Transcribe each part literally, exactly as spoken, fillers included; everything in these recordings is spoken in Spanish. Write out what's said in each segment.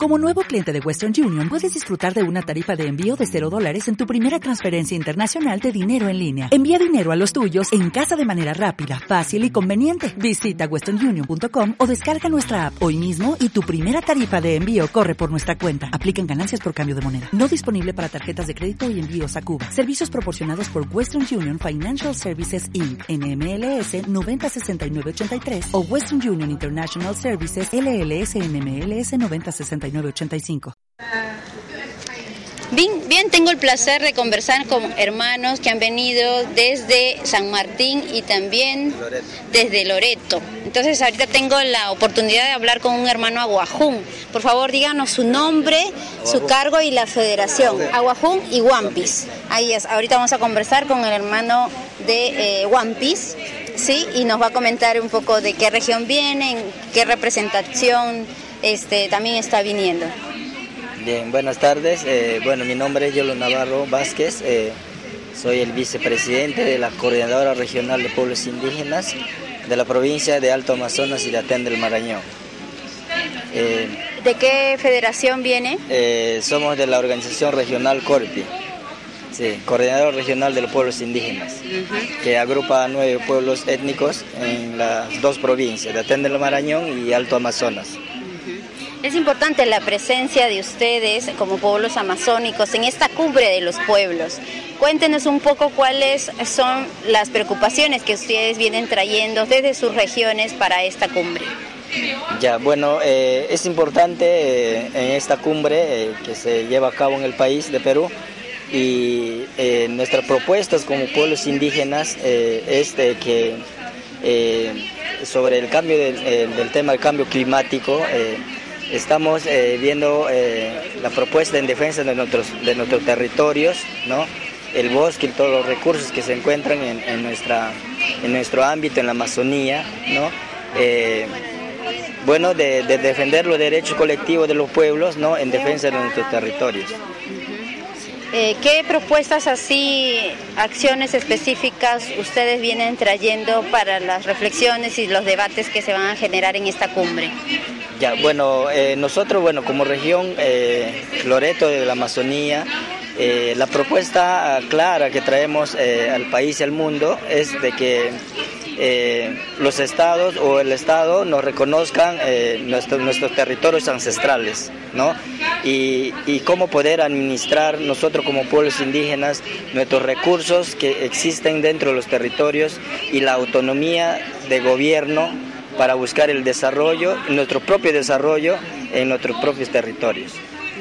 Como nuevo cliente de Western Union, puedes disfrutar de una tarifa de envío de cero dólares en tu primera transferencia internacional de dinero en línea. Envía dinero a los tuyos en casa de manera rápida, fácil y conveniente. Visita western union punto com o descarga nuestra app hoy mismo y tu primera tarifa de envío corre por nuestra cuenta. Aplican ganancias por cambio de moneda. No disponible para tarjetas de crédito y envíos a Cuba. Servicios proporcionados por Western Union Financial Services incorporated. N M L S noventa sesenta y nueve ochenta y tres o Western Union International Services L L S N M L S noventa sesenta y nueve ochenta y cinco. Bien, bien, tengo el placer de conversar con hermanos que han venido desde San Martín y también Loreto. desde Loreto. Entonces ahorita tengo la oportunidad de hablar con un hermano aguajún. Por favor, díganos su nombre, Aguajún. Su cargo y la federación. Aguajún y Huampis. Ahí es. Ahorita vamos a conversar con el hermano de eh, Huampis, ¿sí? Y nos va a comentar un poco de qué región vienen, qué representación este, también está viniendo. Bien, buenas tardes. Eh, bueno, mi nombre es Yolo Navarro Vázquez. Eh, soy el vicepresidente de la Coordinadora Regional de Pueblos Indígenas de la provincia de Alto Amazonas y de Aten del Marañón. Eh, ¿De qué federación viene? Eh, somos de la organización regional Corpi, sí, Coordinadora Regional de los Pueblos Indígenas, uh-huh. que agrupa a nueve pueblos étnicos en las dos provincias, de Aten del Marañón y Alto Amazonas. Es importante la presencia de ustedes como pueblos amazónicos en esta cumbre de los pueblos. Cuéntenos un poco cuáles son las preocupaciones que ustedes vienen trayendo desde sus regiones para esta cumbre. Ya, bueno, eh, es importante eh, en esta cumbre eh, que se lleva a cabo en el país de Perú y eh, nuestras propuestas como pueblos indígenas eh, es de que eh, sobre el cambio del, eh, del tema del cambio climático. Eh, Estamos eh, viendo eh, la propuesta en defensa de nuestros, de nuestros territorios, ¿no? El bosque y todos los recursos que se encuentran en, en, nuestra, en nuestro ámbito, en la Amazonía, ¿no? Eh, bueno, de, de defender los derechos colectivos de los pueblos, ¿no? En defensa de nuestros territorios. Eh, ¿Qué propuestas así, acciones específicas ustedes vienen trayendo para las reflexiones y los debates que se van a generar en esta cumbre? Ya, bueno, eh, nosotros, bueno, como región eh, Loreto de la Amazonía, eh, la propuesta clara que traemos eh, al país y al mundo es de que eh, los estados o el estado nos reconozcan eh, nuestros, nuestros territorios ancestrales, ¿no? Y, y cómo poder administrar nosotros como pueblos indígenas nuestros recursos que existen dentro de los territorios y la autonomía de gobierno para buscar el desarrollo, nuestro propio desarrollo en nuestros propios territorios.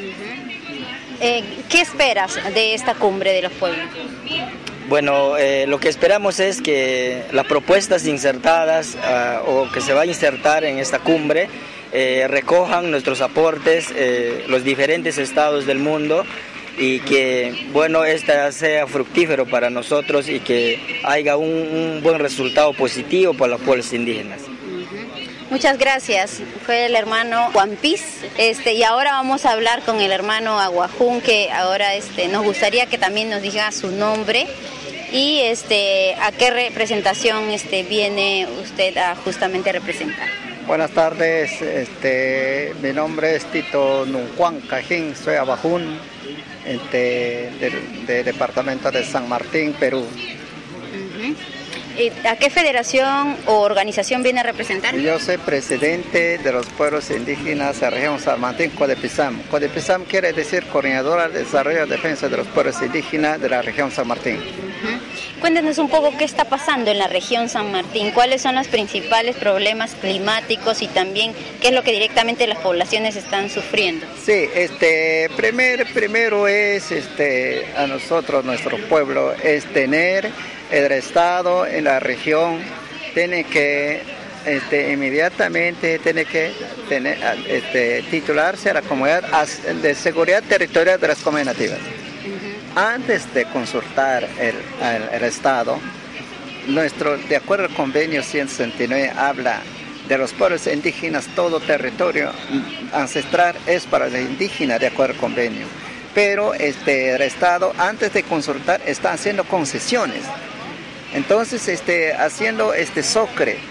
Eh, ¿Qué esperas de esta cumbre de los pueblos? Bueno, eh, lo que esperamos es que las propuestas insertadas uh, o que se va a insertar en esta cumbre eh, recojan nuestros aportes, eh, los diferentes estados del mundo, y que, bueno, esta sea fructífero para nosotros y que haya un, un buen resultado positivo para los pueblos indígenas. Muchas gracias. Fue el hermano Huampis, este, y ahora vamos a hablar con el hermano Aguajún, que ahora este, nos gustaría que también nos diga su nombre y este, a qué representación este, viene usted a justamente representar. Buenas tardes, este, mi nombre es Tito Nunjuan Cajín, soy Aguajún, este, del, del departamento de San Martín, Perú. Uh-huh. ¿A qué federación o organización viene a representar? Yo soy presidente de los pueblos indígenas de la región San Martín, CODEPISAM. CODEPISAM quiere decir Coordinadora de Desarrollo y Defensa de los Pueblos Indígenas de la región San Martín. Uh-huh. Cuéntenos un poco qué está pasando en la región San Martín, cuáles son los principales problemas climáticos y también qué es lo que directamente las poblaciones están sufriendo. Sí, este, primer, primero es este, a nosotros, nuestro pueblo, es tener el Estado en la región, tiene que este, inmediatamente tiene que tener, este, titularse a la comunidad de seguridad territorial de las comunidades nativas. Uh-huh. Antes de consultar el, el, el Estado, nuestro, de acuerdo al convenio ciento sesenta y nueve, habla de los pueblos indígenas, todo territorio ancestral es para los indígenas de acuerdo al convenio. Pero este, el Estado, antes de consultar, está haciendo concesiones. Entonces, este, haciendo este socre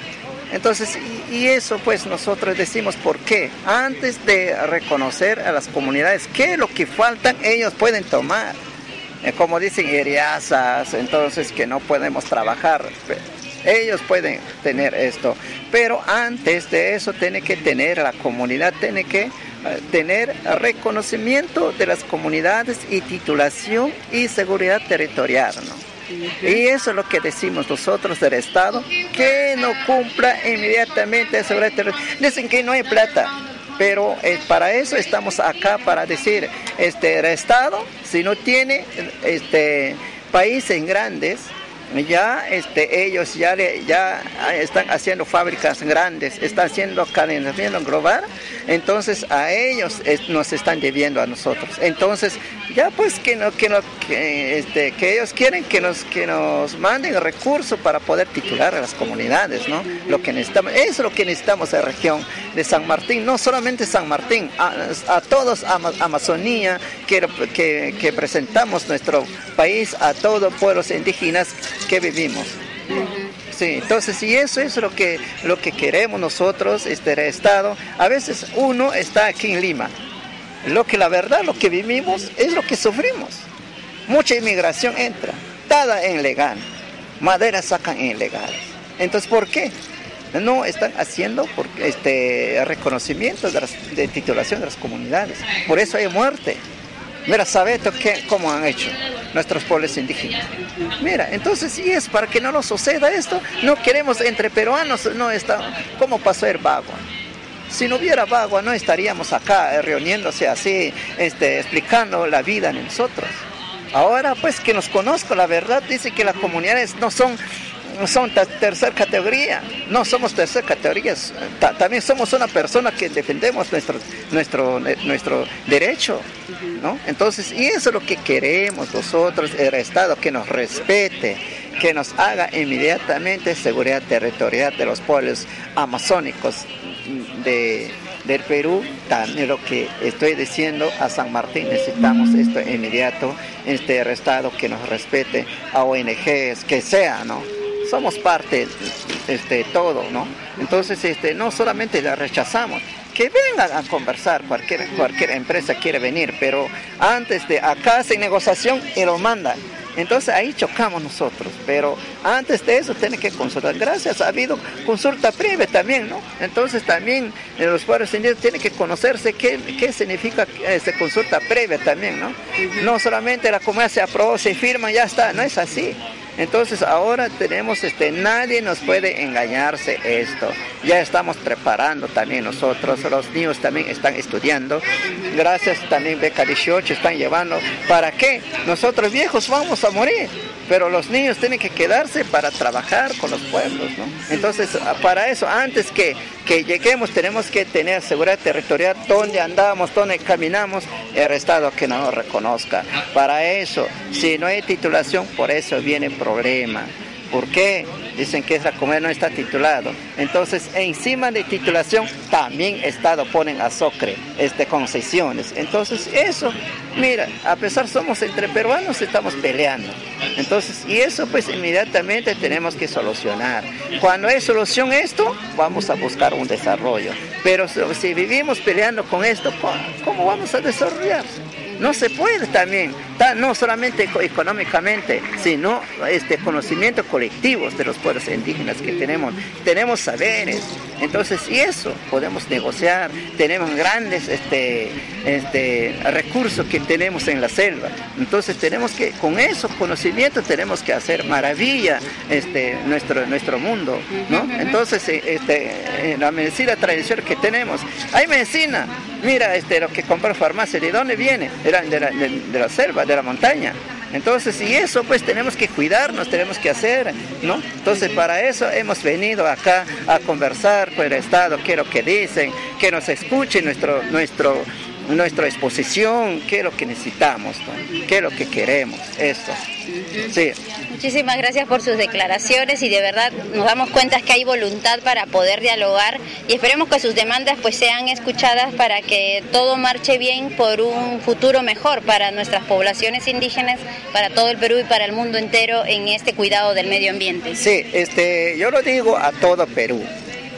Entonces, y, y eso pues nosotros decimos por qué. Antes de reconocer a las comunidades qué es lo que faltan, ellos pueden tomar. Eh, como dicen heriazas, entonces que no podemos trabajar. Ellos pueden tener esto. Pero antes de eso tiene que tener, la comunidad tiene que uh, tener reconocimiento de las comunidades y titulación y seguridad territorial, ¿no? Y eso es lo que decimos nosotros del Estado, que no cumpla inmediatamente la seguridad territorial. Dicen que no hay plata, pero eh, para eso estamos acá, para decir, este, el Estado, si no tiene este, países grandes, ya este, ellos ya, le, ya están haciendo fábricas grandes, están haciendo calentamiento global, entonces a ellos es, nos están debiendo a nosotros. Entonces ya pues que, no, que, no, que, este, que ellos quieren que nos, que nos manden recursos para poder titular a las comunidades, ¿no? Lo que necesitamos, eso es lo que necesitamos en la región de San Martín, no solamente San Martín, a, a todos, a Amazonía, que, que, que presentamos nuestro país a todos los pueblos indígenas que vivimos. Sí, entonces, y eso es lo que, lo que queremos nosotros, este Estado. A veces uno está aquí en Lima, lo que la verdad, lo que vivimos es lo que sufrimos. Mucha inmigración entra, toda en legal, madera sacan en ilegal. Entonces, ¿por qué? No están haciendo por, este, reconocimiento de, las, de titulación de las comunidades. Por eso hay muerte. Mira, ¿sabes qué, cómo han hecho nuestros pueblos indígenas? Mira, entonces, si es para que no nos suceda esto, no queremos entre peruanos, no está, ¿cómo pasó el Bagua? Si no hubiera Bagua, no estaríamos acá eh, reuniéndose así, este, explicando la vida de nosotros. Ahora, pues, que nos conozco la verdad, dice que las comunidades no son... son tercera categoría, no somos tercera categoría, también somos una persona que defendemos nuestro, nuestro, nuestro derecho, ¿no? Entonces, y eso es lo que queremos nosotros, el Estado, que nos respete, que nos haga inmediatamente seguridad territorial de los pueblos amazónicos de, del Perú. También lo que estoy diciendo a San Martín, necesitamos esto inmediato, este Estado que nos respete, a O N Ges, que sea, ¿no? Somos parte de este, todo, ¿no? Entonces, este, no solamente la rechazamos, que vengan a conversar, cualquier, cualquier empresa quiere venir, pero antes de acá hacen negociación y lo mandan. Entonces ahí chocamos nosotros, pero antes de eso tiene que consultar. Gracias, ha habido consulta previa también, ¿no? Entonces también en los pueblos indígenas tiene que conocerse qué, qué significa esa consulta previa también, ¿no? No solamente la comunidad se aprobó, se firma, ya está, no es así. Entonces ahora tenemos, este, nadie nos puede engañarse esto. Ya estamos preparando también nosotros, los niños también están estudiando. Gracias también Beca dieciocho están llevando. ¿Para qué? Nosotros viejos vamos a morir, pero los niños tienen que quedarse para trabajar con los pueblos, ¿no? Entonces para eso, antes que, que lleguemos, tenemos que tener seguridad territorial, donde andamos, donde caminamos, el Estado que no nos reconozca. Para eso, si no hay titulación, por eso viene el problema. ¿Por qué? Dicen que esa comunidad no está titulado. Entonces, encima de titulación, también Estado ponen a Sucre, este, concesiones. Entonces, eso, mira, a pesar somos entre peruanos, estamos peleando. Entonces, y eso pues inmediatamente tenemos que solucionar. Cuando hay solución esto, vamos a buscar un desarrollo. Pero si vivimos peleando con esto, ¿cómo vamos a desarrollar? No se puede también, no solamente económicamente, sino este, conocimientos colectivos de los pueblos indígenas que tenemos. Tenemos saberes, entonces, y eso podemos negociar. Tenemos grandes este, este, recursos que tenemos en la selva. Entonces, tenemos que, con esos conocimientos, tenemos que hacer maravilla este, nuestro, nuestro mundo, ¿no? Entonces, este, en la medicina tradicional que tenemos, hay medicina. Mira, este, lo que compró farmacia, ¿de dónde viene? De la, de, la, de, de la selva, de la montaña. Entonces, y eso pues tenemos que cuidarnos, tenemos que hacer, ¿no? Entonces, para eso hemos venido acá a conversar con el Estado, qué es lo que dicen, que nos escuchen nuestro, nuestro, nuestra exposición, qué es lo que necesitamos, ¿no? Qué es lo que queremos, esto. Sí. Muchísimas gracias por sus declaraciones y de verdad nos damos cuenta que hay voluntad para poder dialogar y esperemos que sus demandas pues sean escuchadas para que todo marche bien por un futuro mejor para nuestras poblaciones indígenas, para todo el Perú y para el mundo entero en este cuidado del medio ambiente. Sí, este, yo lo digo a todo Perú.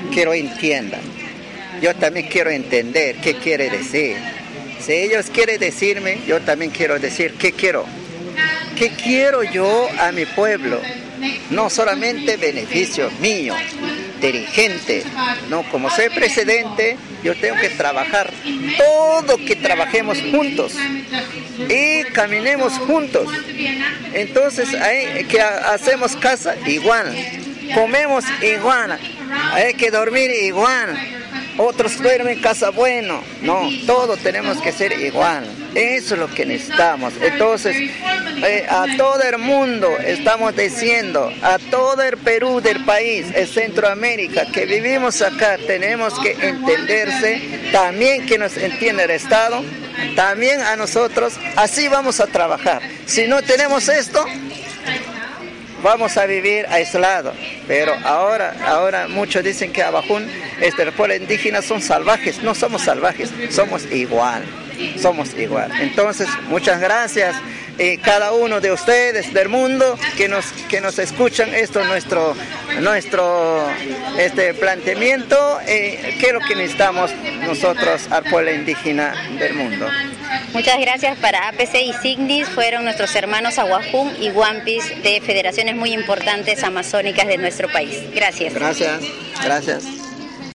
quiero entiendan. Yo también quiero entender qué quiere decir. Si ellos quieren decirme, yo también quiero decir qué quiero. ¿Qué quiero yo a mi pueblo? No solamente beneficio mío, dirigente, no, como soy presidente, yo tengo que trabajar, todo que trabajemos juntos y caminemos juntos. Entonces, ahí que hacemos casa igual, comemos igual, hay que dormir igual. Otros duermen en casa bueno, no, todos tenemos que ser igual, eso es lo que necesitamos. Entonces, eh, a todo el mundo estamos diciendo, a todo el Perú del país, el Centroamérica, que vivimos acá, tenemos que entenderse, también que nos entienda el Estado, también a nosotros, así vamos a trabajar. Si no tenemos esto, vamos a vivir aislados, pero ahora, ahora muchos dicen que Abajún, este, el pueblo indígena son salvajes. No somos salvajes, somos igual, somos igual. Entonces, muchas gracias eh, cada uno de ustedes del mundo que nos que nos escuchan esto nuestro nuestro este planteamiento, eh, que es lo que necesitamos nosotros al pueblo indígena del mundo. Muchas gracias para A P C y Signis, fueron nuestros hermanos Aguajún y Wampis de federaciones muy importantes amazónicas de nuestro país. Gracias. Gracias, gracias.